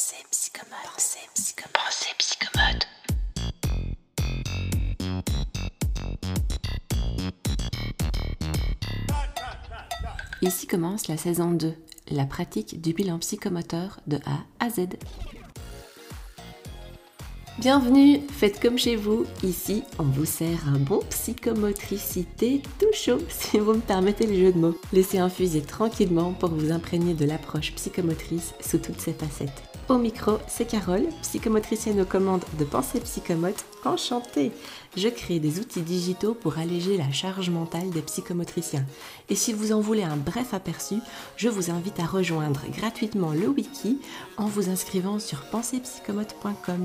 Pensée psychomote. Pensée psychomote. Ici commence la saison 2, la pratique du bilan psychomoteur de A à Z. Bienvenue, faites comme chez vous, ici on vous sert un bon psychomotricité tout chaud si vous me permettez le jeu de mots. Laissez infuser tranquillement pour vous imprégner de l'approche psychomotrice sous toutes ses facettes. Au micro, c'est Carole, psychomotricienne aux commandes de Pensée psychomote, enchantée. Je crée des outils digitaux pour alléger la charge mentale des psychomotriciens. Et si vous en voulez un bref aperçu, je vous invite à rejoindre gratuitement le wiki en vous inscrivant sur penseepsychomote.com.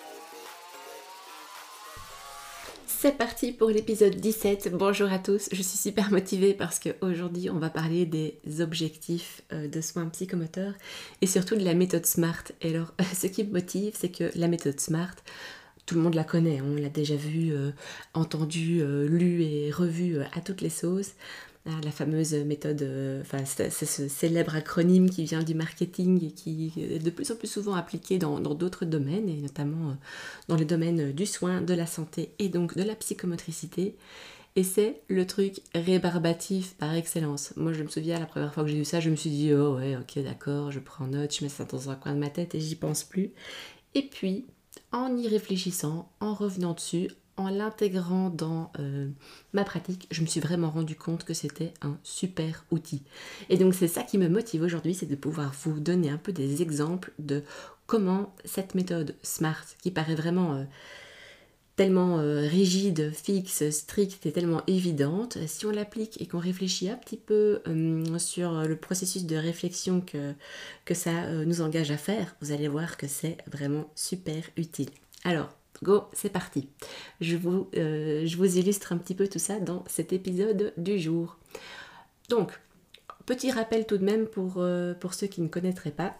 C'est parti pour l'épisode 17. Bonjour à tous, je suis super motivée parce qu'aujourd'hui on va parler des objectifs de soins psychomoteurs et surtout de la méthode SMART. Et alors ce qui me motive, c'est que la méthode SMART, tout le monde la connaît, on l'a déjà vue, entendue, lue et revue à toutes les sauces. La fameuse méthode, c'est ce célèbre acronyme qui vient du marketing et qui est de plus en plus souvent appliqué dans d'autres domaines, et notamment dans les domaines du soin, de la santé et donc de la psychomotricité. Et c'est le truc rébarbatif par excellence. Moi, je me souviens, la première fois que j'ai vu ça, je me suis dit « Oh ouais, ok, d'accord, je prends note, je mets ça dans un coin de ma tête et j'y pense plus. » Et puis, en y réfléchissant, en revenant dessus, en l'intégrant dans ma pratique, je me suis vraiment rendu compte que c'était un super outil. Et donc c'est ça qui me motive aujourd'hui, c'est de pouvoir vous donner un peu des exemples de comment cette méthode SMART, qui paraît vraiment tellement rigide, fixe, stricte et tellement évidente, si on l'applique et qu'on réfléchit un petit peu sur le processus de réflexion que ça nous engage à faire, vous allez voir que c'est vraiment super utile. Alors, go, c'est parti. Je vous illustre un petit peu tout ça dans cet épisode du jour. Donc, petit rappel tout de même pour ceux qui ne connaîtraient pas.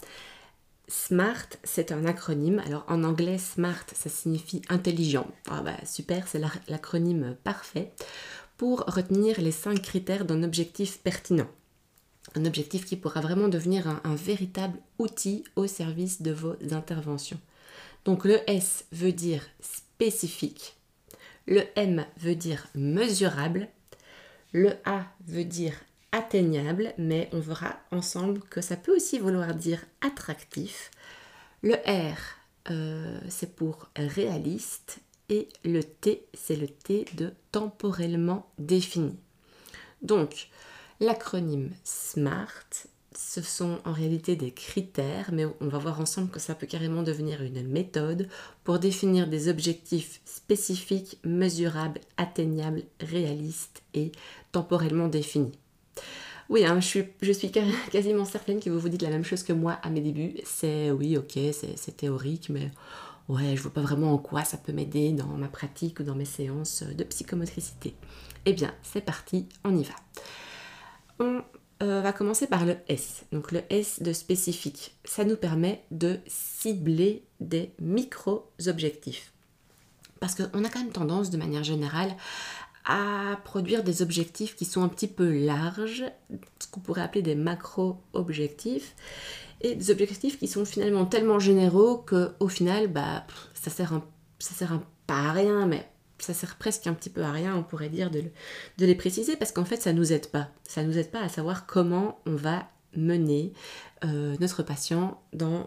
SMART, c'est un acronyme. Alors en anglais, SMART, ça signifie intelligent. Ah bah super, c'est l'acronyme parfait pour retenir les 5 critères d'un objectif pertinent. Un objectif qui pourra vraiment devenir un véritable outil au service de vos interventions. Donc le S veut dire spécifique, le M veut dire mesurable, le A veut dire atteignable, mais on verra ensemble que ça peut aussi vouloir dire attractif. Le R, c'est pour réaliste, et le T, c'est le T de temporellement défini. Donc, l'acronyme SMART, ce sont en réalité des critères, mais on va voir ensemble que ça peut carrément devenir une méthode pour définir des objectifs spécifiques, mesurables, atteignables, réalistes et temporellement définis. Oui, hein, je suis quasiment certaine que vous vous dites la même chose que moi à mes débuts. C'est oui, ok, c'est théorique, mais ouais, je vois pas vraiment en quoi ça peut m'aider dans ma pratique ou dans mes séances de psychomotricité. Eh bien, c'est parti, on y va. On va commencer par le S. Donc le S de spécifique, ça nous permet de cibler des micro-objectifs. Parce qu'on a quand même tendance, de manière générale, à produire des objectifs qui sont un petit peu larges, ce qu'on pourrait appeler des macro-objectifs, et des objectifs qui sont finalement tellement généraux qu'au final, ça sert pas à rien, mais ça sert presque un petit peu à rien, on pourrait dire, de les préciser, parce qu'en fait, ça nous aide pas. Ça nous aide pas à savoir comment on va mener notre patient dans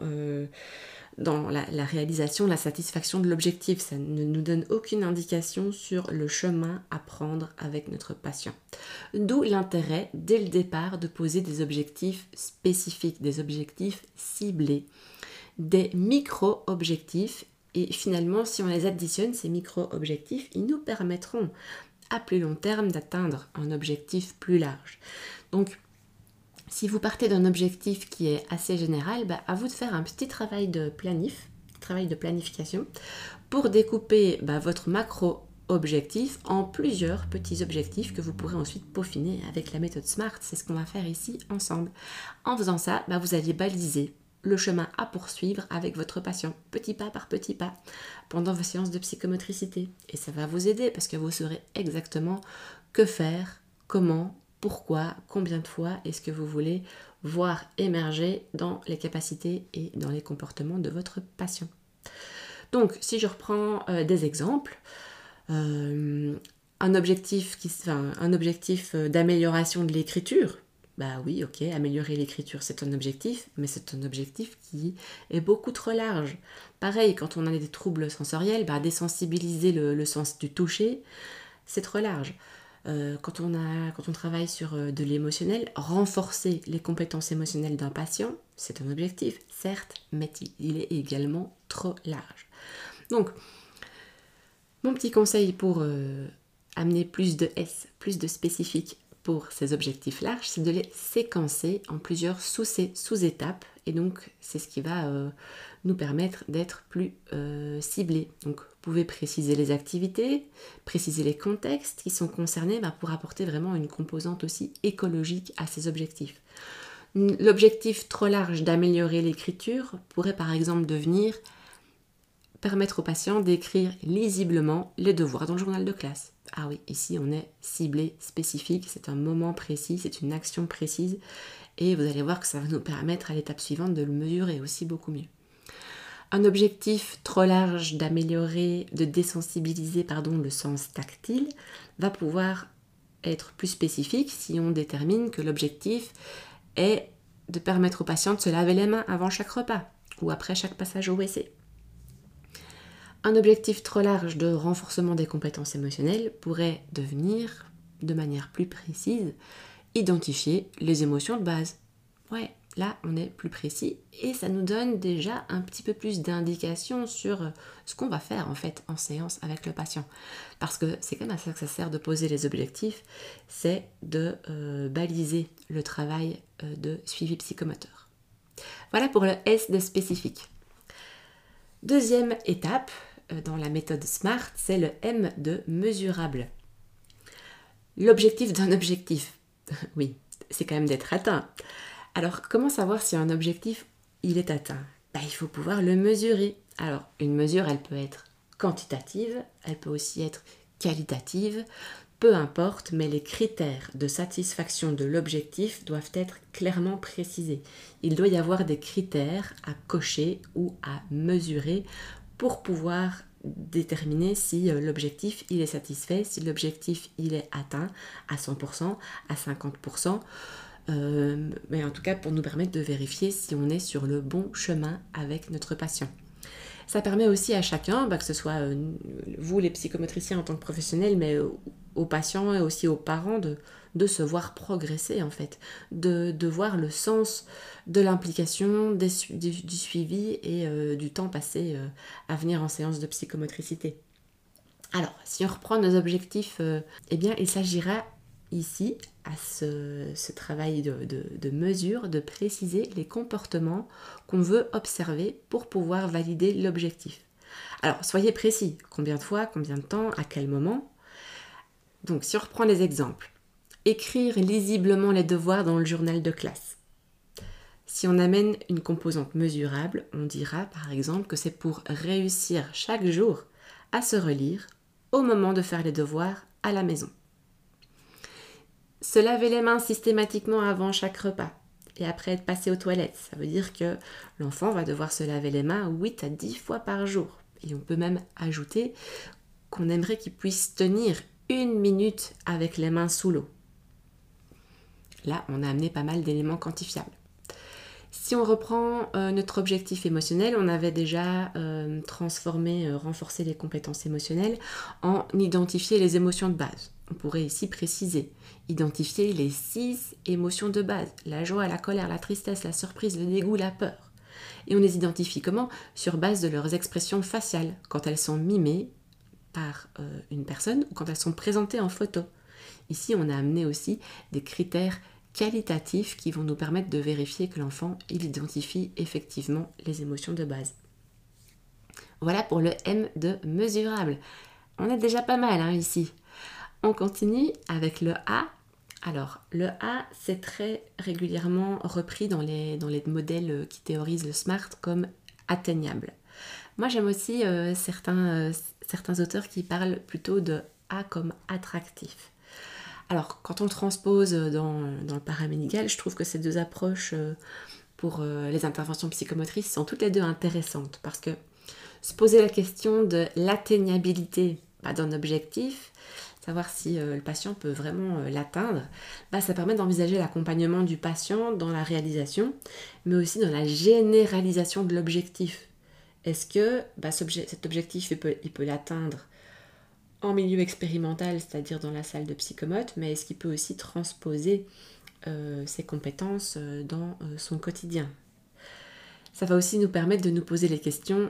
la réalisation, la satisfaction de l'objectif. Ça ne nous donne aucune indication sur le chemin à prendre avec notre patient. D'où l'intérêt, dès le départ, de poser des objectifs spécifiques, des objectifs ciblés, des micro-objectifs. Et finalement, si on les additionne, ces micro-objectifs, ils nous permettront à plus long terme d'atteindre un objectif plus large. Donc, si vous partez d'un objectif qui est assez général, à vous de faire un petit travail de planification pour découper votre macro-objectif en plusieurs petits objectifs que vous pourrez ensuite peaufiner avec la méthode SMART. C'est ce qu'on va faire ici ensemble. En faisant ça, vous allez baliser le chemin à poursuivre avec votre patient, petit pas par petit pas, pendant vos séances de psychomotricité. Et ça va vous aider parce que vous saurez exactement que faire, comment pourquoi, combien de fois est-ce que vous voulez voir émerger dans les capacités et dans les comportements de votre patient. Donc, si je reprends des exemples, un objectif d'amélioration de l'écriture, bah oui, ok, améliorer l'écriture, c'est un objectif, mais c'est un objectif qui est beaucoup trop large. Pareil, quand on a des troubles sensoriels, bah, désensibiliser le sens du toucher, c'est trop large. Quand on travaille sur de l'émotionnel, renforcer les compétences émotionnelles d'un patient, c'est un objectif, certes, mais il est également trop large. Donc, mon petit conseil pour amener plus de S, plus de spécifique pour ces objectifs larges, c'est de les séquencer en plusieurs sous-étapes. Et donc, c'est ce qui va nous permettre d'être plus ciblés. Donc, vous pouvez préciser les activités, préciser les contextes qui sont concernés pour apporter vraiment une composante aussi écologique à ces objectifs. L'objectif trop large d'améliorer l'écriture pourrait par exemple devenir permettre aux patients d'écrire lisiblement les devoirs dans le journal de classe. Ah oui, ici on est ciblé, spécifique, c'est un moment précis, c'est une action précise et vous allez voir que ça va nous permettre à l'étape suivante de le mesurer aussi beaucoup mieux. Un objectif trop large de désensibiliser le sens tactile va pouvoir être plus spécifique si on détermine que l'objectif est de permettre aux patients de se laver les mains avant chaque repas ou après chaque passage au WC. Un objectif trop large de renforcement des compétences émotionnelles pourrait devenir, de manière plus précise, identifier les émotions de base. Ouais, là on est plus précis et ça nous donne déjà un petit peu plus d'indications sur ce qu'on va faire en fait en séance avec le patient. Parce que c'est quand même à ça que ça sert de poser les objectifs, c'est de baliser le travail de suivi psychomoteur. Voilà pour le S de spécifique. Deuxième étape dans la méthode SMART, c'est le M de mesurable. L'objectif d'un objectif, oui, c'est quand même d'être atteint. Alors, comment savoir si un objectif, il est atteint ? Il faut pouvoir le mesurer. Alors, une mesure, elle peut être quantitative, elle peut aussi être qualitative, peu importe, mais les critères de satisfaction de l'objectif doivent être clairement précisés. Il doit y avoir des critères à cocher ou à mesurer pour pouvoir déterminer si l'objectif il est satisfait, si l'objectif il est atteint à 100%, à 50%, mais en tout cas pour nous permettre de vérifier si on est sur le bon chemin avec notre patient. Ça permet aussi à chacun, que ce soit vous les psychomotriciens en tant que professionnels, mais aux patients et aussi aux parents de se voir progresser en fait, de voir le sens de l'implication, du suivi et du temps passé à venir en séance de psychomotricité. Alors, si on reprend nos objectifs, il s'agira ici, à ce travail de mesure, de préciser les comportements qu'on veut observer pour pouvoir valider l'objectif. Alors, soyez précis. Combien de fois, combien de temps, à quel moment ? Donc, si on reprend les exemples. Écrire lisiblement les devoirs dans le journal de classe. Si on amène une composante mesurable, on dira par exemple que c'est pour réussir chaque jour à se relire au moment de faire les devoirs à la maison. Se laver les mains systématiquement avant chaque repas et après être passé aux toilettes. Ça veut dire que l'enfant va devoir se laver les mains 8 à 10 fois par jour. Et on peut même ajouter qu'on aimerait qu'il puisse tenir 1 minute avec les mains sous l'eau. Là, on a amené pas mal d'éléments quantifiables. Si on reprend notre objectif émotionnel, on avait déjà renforcé les compétences émotionnelles en identifier les émotions de base. On pourrait ici préciser, identifier les 6 émotions de base, la joie, la colère, la tristesse, la surprise, le dégoût, la peur. Et on les identifie comment ? Sur base de leurs expressions faciales, quand elles sont mimées par une personne ou quand elles sont présentées en photo. Ici, on a amené aussi des critères qualitatifs qui vont nous permettre de vérifier que l'enfant il identifie effectivement les émotions de base. Voilà pour le M de mesurable. On est déjà pas mal ici. On continue avec le A. Alors, le A, c'est très régulièrement repris dans les modèles qui théorisent le SMART comme atteignable. Moi, j'aime aussi certains auteurs qui parlent plutôt de A comme attractif. Alors, quand on transpose dans le paramédical, je trouve que ces deux approches pour les interventions psychomotrices sont toutes les deux intéressantes parce que se poser la question de l'atteignabilité d'un objectif, savoir si le patient peut vraiment l'atteindre, ça permet d'envisager l'accompagnement du patient dans la réalisation, mais aussi dans la généralisation de l'objectif. Est-ce que cet objectif, il peut l'atteindre en milieu expérimental, c'est-à-dire dans la salle de psychomote, mais est-ce qu'il peut aussi transposer ses compétences dans son quotidien? Ça va aussi nous permettre de nous poser des questions,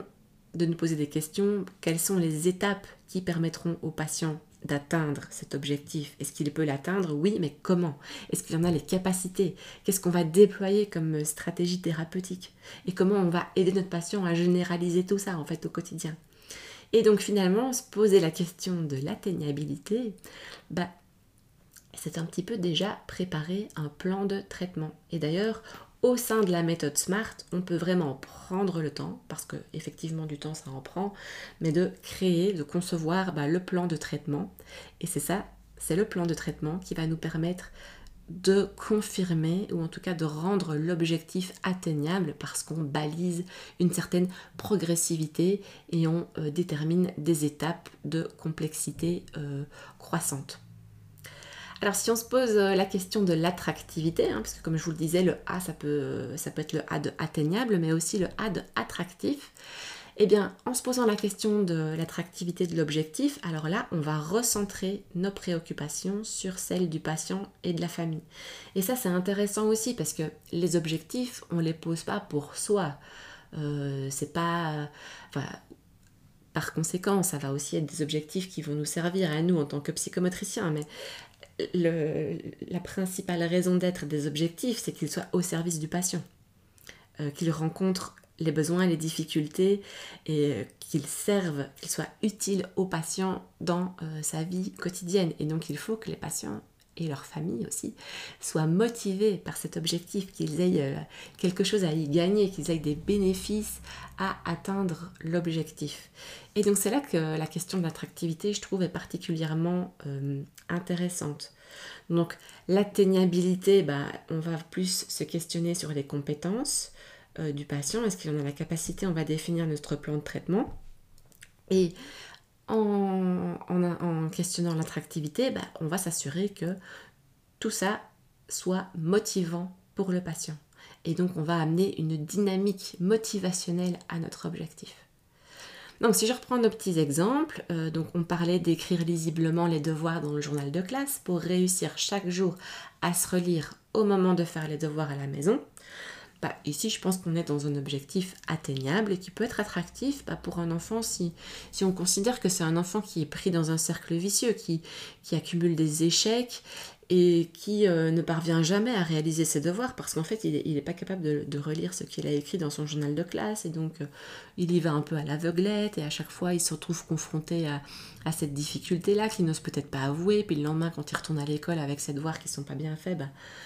quelles sont les étapes qui permettront au patient d'atteindre cet objectif? Est-ce qu'il peut l'atteindre? Oui, mais comment? Est-ce qu'il en a les capacités? Qu'est-ce qu'on va déployer comme stratégie thérapeutique? Et comment on va aider notre patient à généraliser tout ça en fait au quotidien? Et donc finalement, se poser la question de l'atteignabilité, c'est un petit peu déjà préparer un plan de traitement. Et d'ailleurs, au sein de la méthode SMART, on peut vraiment prendre le temps, parce que effectivement du temps ça en prend, mais de créer, de concevoir le plan de traitement. Et c'est le plan de traitement qui va nous permettre de confirmer ou en tout cas de rendre l'objectif atteignable parce qu'on balise une certaine progressivité et on détermine des étapes de complexité croissante. Alors si on se pose la question de l'attractivité, parce que comme je vous le disais, le A ça peut être le A de atteignable mais aussi le A de attractif, eh bien, en se posant la question de l'attractivité de l'objectif, alors là, on va recentrer nos préoccupations sur celles du patient et de la famille. Et ça, c'est intéressant aussi parce que les objectifs, on ne les pose pas pour soi. C'est pas... par conséquent, ça va aussi être des objectifs qui vont nous servir à nous en tant que psychomotriciens, mais la principale raison d'être des objectifs, c'est qu'ils soient au service du patient, qu'ils rencontrent les besoins et les difficultés et qu'ils servent, qu'ils soient utiles aux patients dans sa vie quotidienne. Et donc il faut que les patients et leurs familles aussi soient motivés par cet objectif, qu'ils aient quelque chose à y gagner, qu'ils aient des bénéfices à atteindre l'objectif. Et donc c'est là que la question de l'attractivité, je trouve, est particulièrement intéressante. Donc l'atteignabilité, on va plus se questionner sur les compétences du patient, est-ce qu'il en a la capacité, on va définir notre plan de traitement. Et en questionnant l'attractivité, on va s'assurer que tout ça soit motivant pour le patient. Et donc on va amener une dynamique motivationnelle à notre objectif. Donc si je reprends nos petits exemples, donc on parlait d'écrire lisiblement les devoirs dans le journal de classe pour réussir chaque jour à se relire au moment de faire les devoirs à la maison. Ici, je pense qu'on est dans un objectif atteignable et qui peut être attractif pour un enfant si on considère que c'est un enfant qui est pris dans un cercle vicieux, qui accumule des échecs et qui ne parvient jamais à réaliser ses devoirs parce qu'en fait, il n'est pas capable de relire ce qu'il a écrit dans son journal de classe et donc il y va un peu à l'aveuglette et à chaque fois, il se retrouve confronté à cette difficulté-là qu'il n'ose peut-être pas avouer. Puis le lendemain, quand il retourne à l'école avec ses devoirs qui ne sont pas bien faits,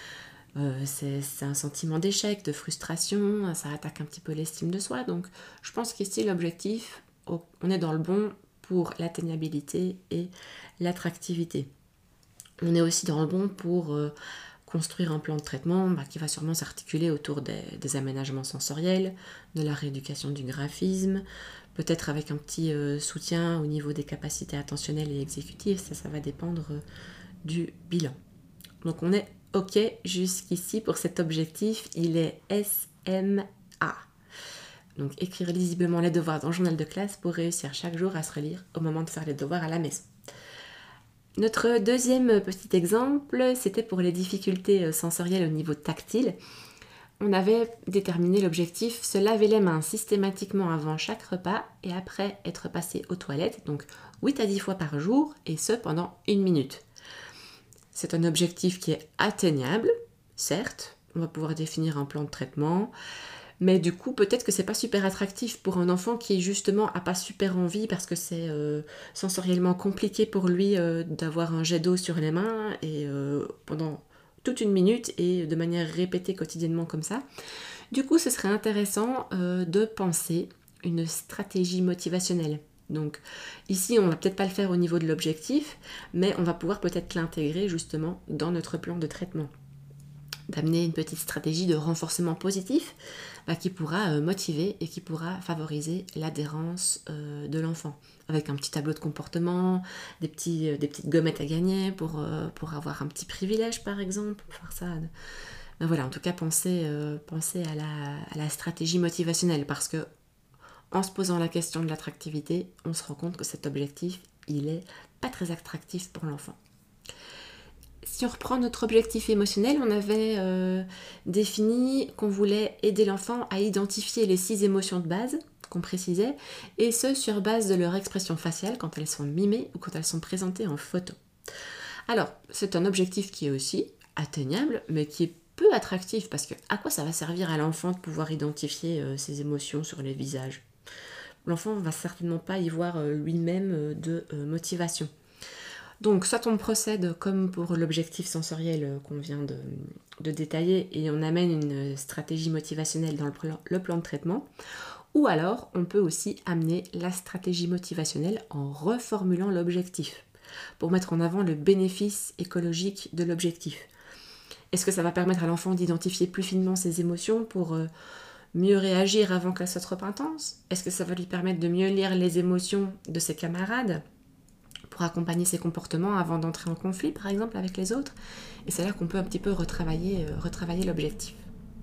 c'est un sentiment d'échec, de frustration, ça attaque un petit peu l'estime de soi. Donc je pense qu'ici l'objectif, on est dans le bon pour l'atteignabilité et l'attractivité. On est aussi dans le bon pour construire un plan de traitement qui va sûrement s'articuler autour des aménagements sensoriels, de la rééducation du graphisme, peut-être avec un petit soutien au niveau des capacités attentionnelles et exécutives, ça va dépendre du bilan. Donc on est OK jusqu'ici pour cet objectif, il est SMA. Donc écrire lisiblement les devoirs dans le journal de classe pour réussir chaque jour à se relire au moment de faire les devoirs à la maison. Notre deuxième petit exemple, c'était pour les difficultés sensorielles au niveau tactile. On avait déterminé l'objectif, se laver les mains systématiquement avant chaque repas et après être passé aux toilettes, donc 8 à 10 fois par jour et ce pendant 1 minute. C'est un objectif qui est atteignable, certes, on va pouvoir définir un plan de traitement, mais du coup peut-être que c'est pas super attractif pour un enfant qui justement a pas super envie parce que c'est sensoriellement compliqué pour lui d'avoir un jet d'eau sur les mains et pendant toute 1 minute et de manière répétée quotidiennement comme ça. Du coup ce serait intéressant de penser une stratégie motivationnelle, Donc ici, on va peut-être pas le faire au niveau de l'objectif, mais on va pouvoir peut-être l'intégrer justement dans notre plan de traitement. D'amener une petite stratégie de renforcement positif qui pourra motiver et qui pourra favoriser l'adhérence de l'enfant. Avec un petit tableau de comportement, des petites gommettes à gagner pour avoir un petit privilège par exemple, pour faire ça. Ben voilà, en tout cas, pensez à la stratégie motivationnelle parce que en se posant la question de l'attractivité, on se rend compte que cet objectif, il est pas très attractif pour l'enfant. Si on reprend notre objectif émotionnel, on avait défini qu'on voulait aider l'enfant à identifier les 6 émotions de base qu'on précisait, et ce sur base de leur expression faciale quand elles sont mimées ou quand elles sont présentées en photo. Alors, c'est un objectif qui est aussi atteignable, mais qui est peu attractif, parce que à quoi ça va servir à l'enfant de pouvoir identifier ses émotions sur les visages ? L'enfant ne va certainement pas y voir lui-même de motivation. Donc, soit on procède comme pour l'objectif sensoriel qu'on vient de détailler et on amène une stratégie motivationnelle dans le plan de traitement, ou alors on peut aussi amener la stratégie motivationnelle en reformulant l'objectif pour mettre en avant le bénéfice écologique de l'objectif. Est-ce que ça va permettre à l'enfant d'identifier plus finement ses émotions pour mieux réagir avant qu'elles soient trop intenses ? Est-ce que ça va lui permettre de mieux lire les émotions de ses camarades pour accompagner ses comportements avant d'entrer en conflit, par exemple, avec les autres? Et c'est là qu'on peut un petit peu retravailler l'objectif.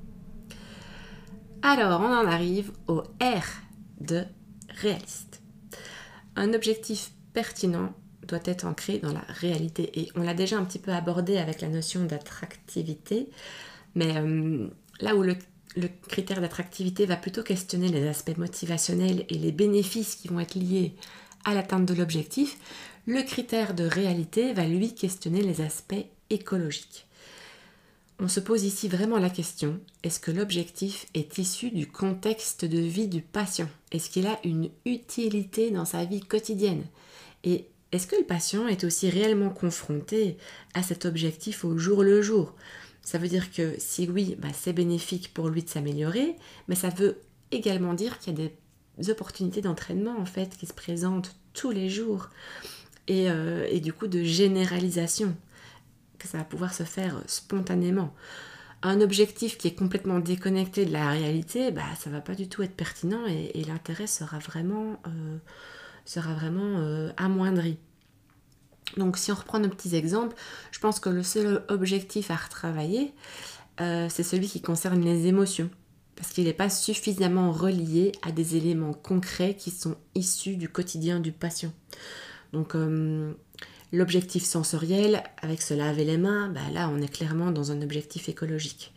Alors, on en arrive au R de réaliste. Un objectif pertinent doit être ancré dans la réalité. Et on l'a déjà un petit peu abordé avec la notion d'attractivité, mais là où le critère d'attractivité va plutôt questionner les aspects motivationnels et les bénéfices qui vont être liés à l'atteinte de l'objectif, le critère de réalité va lui questionner les aspects écologiques. On se pose ici vraiment la question, est-ce que l'objectif est issu du contexte de vie du patient ? Est-ce qu'il a une utilité dans sa vie quotidienne ? Et est-ce que le patient est aussi réellement confronté à cet objectif au jour le jour ? Ça veut dire que si oui, c'est bénéfique pour lui de s'améliorer, mais ça veut également dire qu'il y a des opportunités d'entraînement en fait qui se présentent tous les jours et du coup de généralisation, que ça va pouvoir se faire spontanément. Un objectif qui est complètement déconnecté de la réalité, ça va pas du tout être pertinent et l'intérêt sera vraiment amoindri. Donc si on reprend nos petits exemples, je pense que le seul objectif à retravailler, c'est celui qui concerne les émotions, parce qu'il n'est pas suffisamment relié à des éléments concrets qui sont issus du quotidien du patient. Donc l'objectif sensoriel, avec se laver les mains, là on est clairement dans un objectif écologique.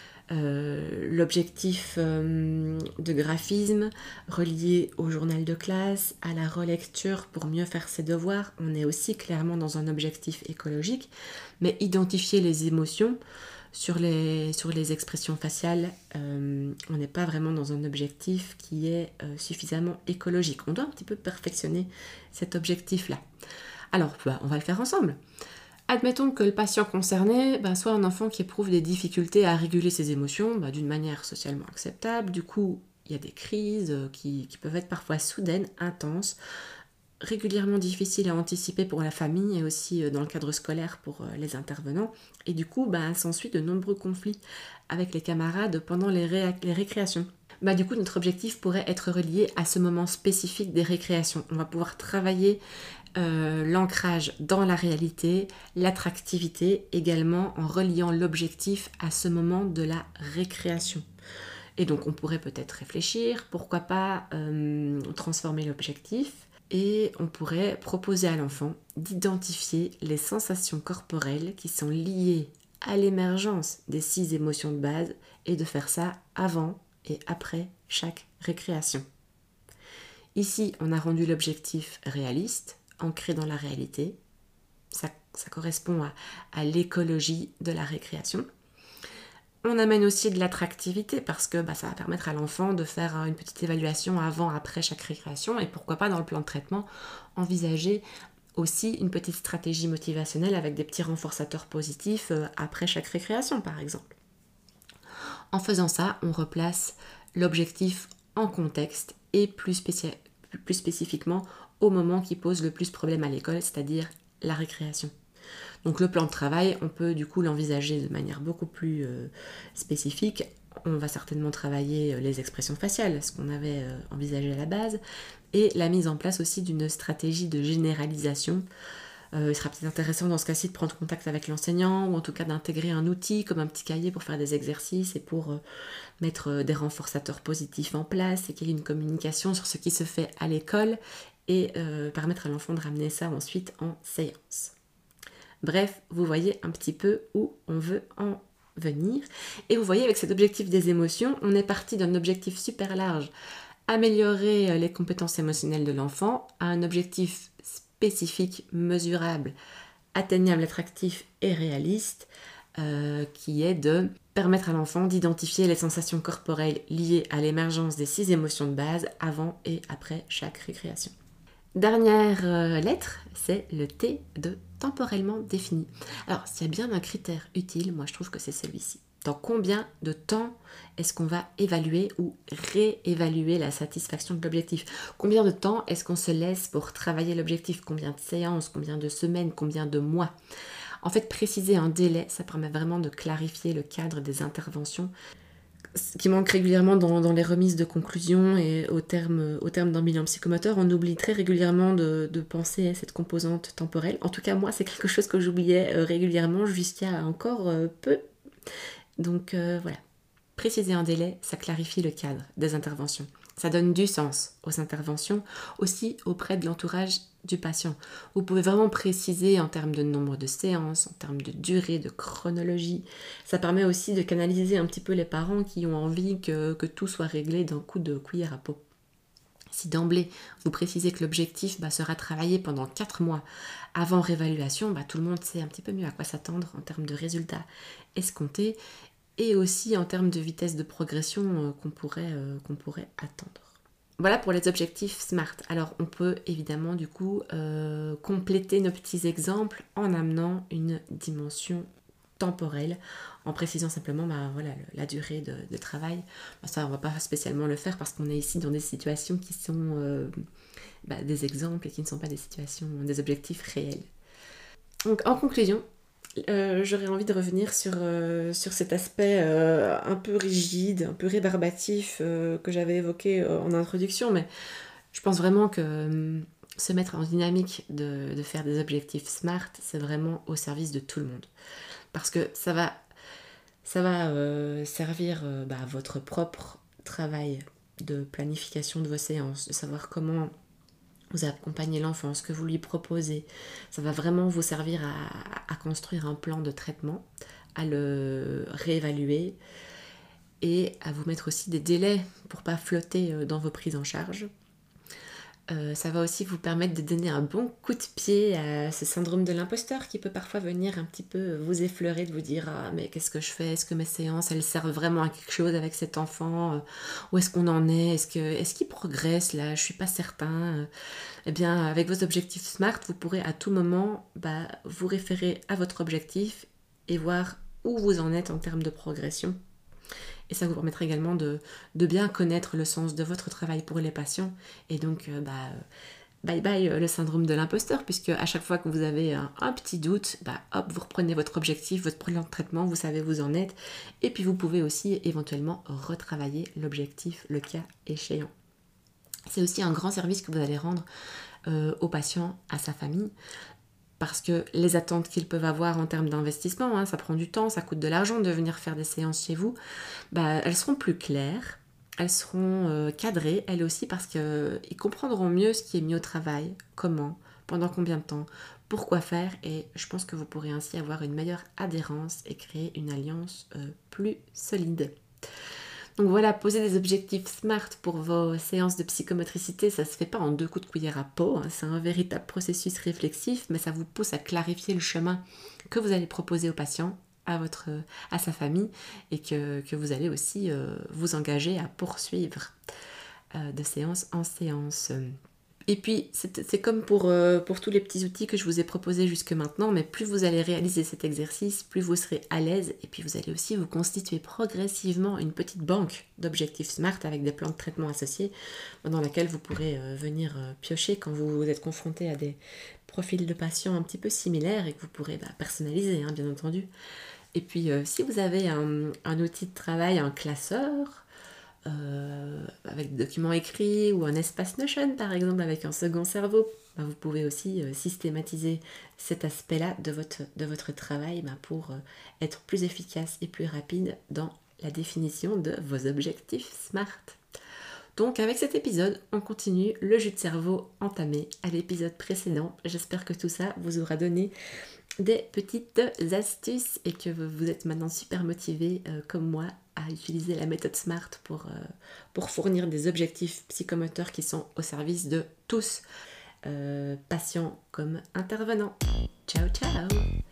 L'objectif de graphisme relié au journal de classe, à la relecture pour mieux faire ses devoirs, on est aussi clairement dans un objectif écologique, mais identifier les émotions sur les expressions faciales, on n'est pas vraiment dans un objectif qui est suffisamment écologique. On doit un petit peu perfectionner cet objectif-là. Alors, on va le faire ensemble. Admettons que le patient concerné soit un enfant qui éprouve des difficultés à réguler ses émotions d'une manière socialement acceptable. Du coup, il y a des crises qui peuvent être parfois soudaines, intenses, régulièrement difficiles à anticiper pour la famille et aussi dans le cadre scolaire pour les intervenants. Et du coup, s'ensuit de nombreux conflits avec les camarades pendant les récréations. Du coup, notre objectif pourrait être relié à ce moment spécifique des récréations. On va pouvoir travailler l'ancrage dans la réalité, l'attractivité également en reliant l'objectif à ce moment de la récréation. Et donc on pourrait peut-être réfléchir, pourquoi pas transformer l'objectif, et on pourrait proposer à l'enfant d'identifier les sensations corporelles qui sont liées à l'émergence des 6 émotions de base et de faire ça avant et après chaque récréation. Ici, on a rendu l'objectif réaliste, ancré dans la réalité. Ça correspond à l'écologie de la récréation. On amène aussi de l'attractivité parce que ça va permettre à l'enfant de faire une petite évaluation avant, après chaque récréation et pourquoi pas dans le plan de traitement envisager aussi une petite stratégie motivationnelle avec des petits renforçateurs positifs après chaque récréation par exemple. En faisant ça, on replace l'objectif en contexte et plus plus spécifiquement au moment qui pose le plus problème à l'école, c'est-à-dire la récréation. Donc le plan de travail, on peut du coup l'envisager de manière beaucoup plus spécifique. On va certainement travailler les expressions faciales, ce qu'on avait envisagé à la base, et la mise en place aussi d'une stratégie de généralisation. Il sera peut-être intéressant dans ce cas-ci de prendre contact avec l'enseignant, ou en tout cas d'intégrer un outil comme un petit cahier pour faire des exercices et pour mettre des renforçateurs positifs en place et qu'il y ait une communication sur ce qui se fait à l'école et permettre à l'enfant de ramener ça ensuite en séance. Bref, vous voyez un petit peu où on veut en venir. Et vous voyez, avec cet objectif des émotions, on est parti d'un objectif super large, améliorer les compétences émotionnelles de l'enfant, à un objectif spécifique, mesurable, atteignable, attractif et réaliste, qui est de permettre à l'enfant d'identifier les sensations corporelles liées à l'émergence des 6 émotions de base avant et après chaque récréation. Dernière lettre, c'est le T de temporellement défini. Alors, s'il y a bien un critère utile, moi je trouve que c'est celui-ci. Dans combien de temps est-ce qu'on va évaluer ou réévaluer la satisfaction de l'objectif? Combien de temps est-ce qu'on se laisse pour travailler l'objectif? Combien de séances? Combien de semaines? Combien de mois? En fait, préciser un délai, ça permet vraiment de clarifier le cadre des interventions, ce qui manque régulièrement dans les remises de conclusion et au terme d'un bilan psychomoteur. On oublie très régulièrement de penser à cette composante temporelle. En tout cas, moi, c'est quelque chose que j'oubliais régulièrement jusqu'à encore peu. Donc voilà, préciser un délai, ça clarifie le cadre des interventions. Ça donne du sens aux interventions, aussi auprès de l'entourage du patient. Vous pouvez vraiment préciser en termes de nombre de séances, en termes de durée, de chronologie. Ça permet aussi de canaliser un petit peu les parents qui ont envie que tout soit réglé d'un coup de cuillère à peau. Si d'emblée, vous précisez que l'objectif sera travaillé pendant 4 mois avant réévaluation, tout le monde sait un petit peu mieux à quoi s'attendre en termes de résultats escomptés et aussi en termes de vitesse de progression qu'on pourrait attendre. Voilà pour les objectifs SMART. Alors on peut évidemment du coup compléter nos petits exemples en amenant une dimension temporelle, en précisant simplement la durée de travail. Ça, on ne va pas spécialement le faire parce qu'on est ici dans des situations qui sont des exemples et qui ne sont pas des situations, des objectifs réels. Donc en conclusion, j'aurais envie de revenir sur cet aspect un peu rigide, un peu rébarbatif que j'avais évoqué en introduction, mais je pense vraiment que se mettre en dynamique de faire des objectifs SMART, c'est vraiment au service de tout le monde. Parce que ça va servir à votre propre travail de planification de vos séances, de savoir comment vous accompagnez l'enfant, ce que vous lui proposez. Ça va vraiment vous servir à construire un plan de traitement, à le réévaluer et à vous mettre aussi des délais pour ne pas flotter dans vos prises en charge. Ça va aussi vous permettre de donner un bon coup de pied à ce syndrome de l'imposteur qui peut parfois venir un petit peu vous effleurer, de vous dire « Ah, mais qu'est-ce que je fais? Est-ce que mes séances, elles servent vraiment à quelque chose avec cet enfant? Où est-ce qu'on en est? Est-ce qu'il progresse là? Je suis pas certain. » Eh bien, avec vos objectifs SMART, vous pourrez à tout moment vous référer à votre objectif et voir où vous en êtes en termes de progression. Et ça vous permettra également de bien connaître le sens de votre travail pour les patients. Et donc, bye bye le syndrome de l'imposteur, puisque à chaque fois que vous avez un petit doute, hop, vous reprenez votre objectif, votre plan de traitement, vous savez où vous en êtes. Et puis vous pouvez aussi éventuellement retravailler l'objectif, le cas échéant. C'est aussi un grand service que vous allez rendre aux patients, à sa famille, parce que les attentes qu'ils peuvent avoir en termes d'investissement, ça prend du temps, ça coûte de l'argent de venir faire des séances chez vous, elles seront plus claires, elles seront cadrées, elles aussi, parce qu'ils comprendront mieux ce qui est mis au travail, comment, pendant combien de temps, pourquoi faire, et je pense que vous pourrez ainsi avoir une meilleure adhérence et créer une alliance plus solide. Donc voilà, poser des objectifs SMART pour vos séances de psychomotricité, ça se fait pas en 2 coups de cuillère à peau, c'est un véritable processus réflexif, mais ça vous pousse à clarifier le chemin que vous allez proposer au patient, à sa famille, et que vous allez aussi vous engager à poursuivre de séance en séance. Et puis, c'est comme pour tous les petits outils que je vous ai proposés jusque maintenant, mais plus vous allez réaliser cet exercice, plus vous serez à l'aise, et puis vous allez aussi vous constituer progressivement une petite banque d'objectifs SMART avec des plans de traitement associés, dans laquelle vous pourrez venir piocher quand vous êtes confronté à des profils de patients un petit peu similaires et que vous pourrez personnaliser, bien entendu. Et puis, si vous avez un outil de travail, un classeur, avec des documents écrits ou un espace Notion par exemple avec un second cerveau, vous pouvez aussi systématiser cet aspect-là de votre travail pour être plus efficace et plus rapide dans la définition de vos objectifs SMART. Donc avec cet épisode, on continue le jus de cerveau entamé à l'épisode précédent. J'espère que tout ça vous aura donné des petites astuces et que vous êtes maintenant super motivé comme moi à utiliser la méthode SMART pour fournir des objectifs psychomoteurs qui sont au service de tous, patients comme intervenants. Ciao ciao!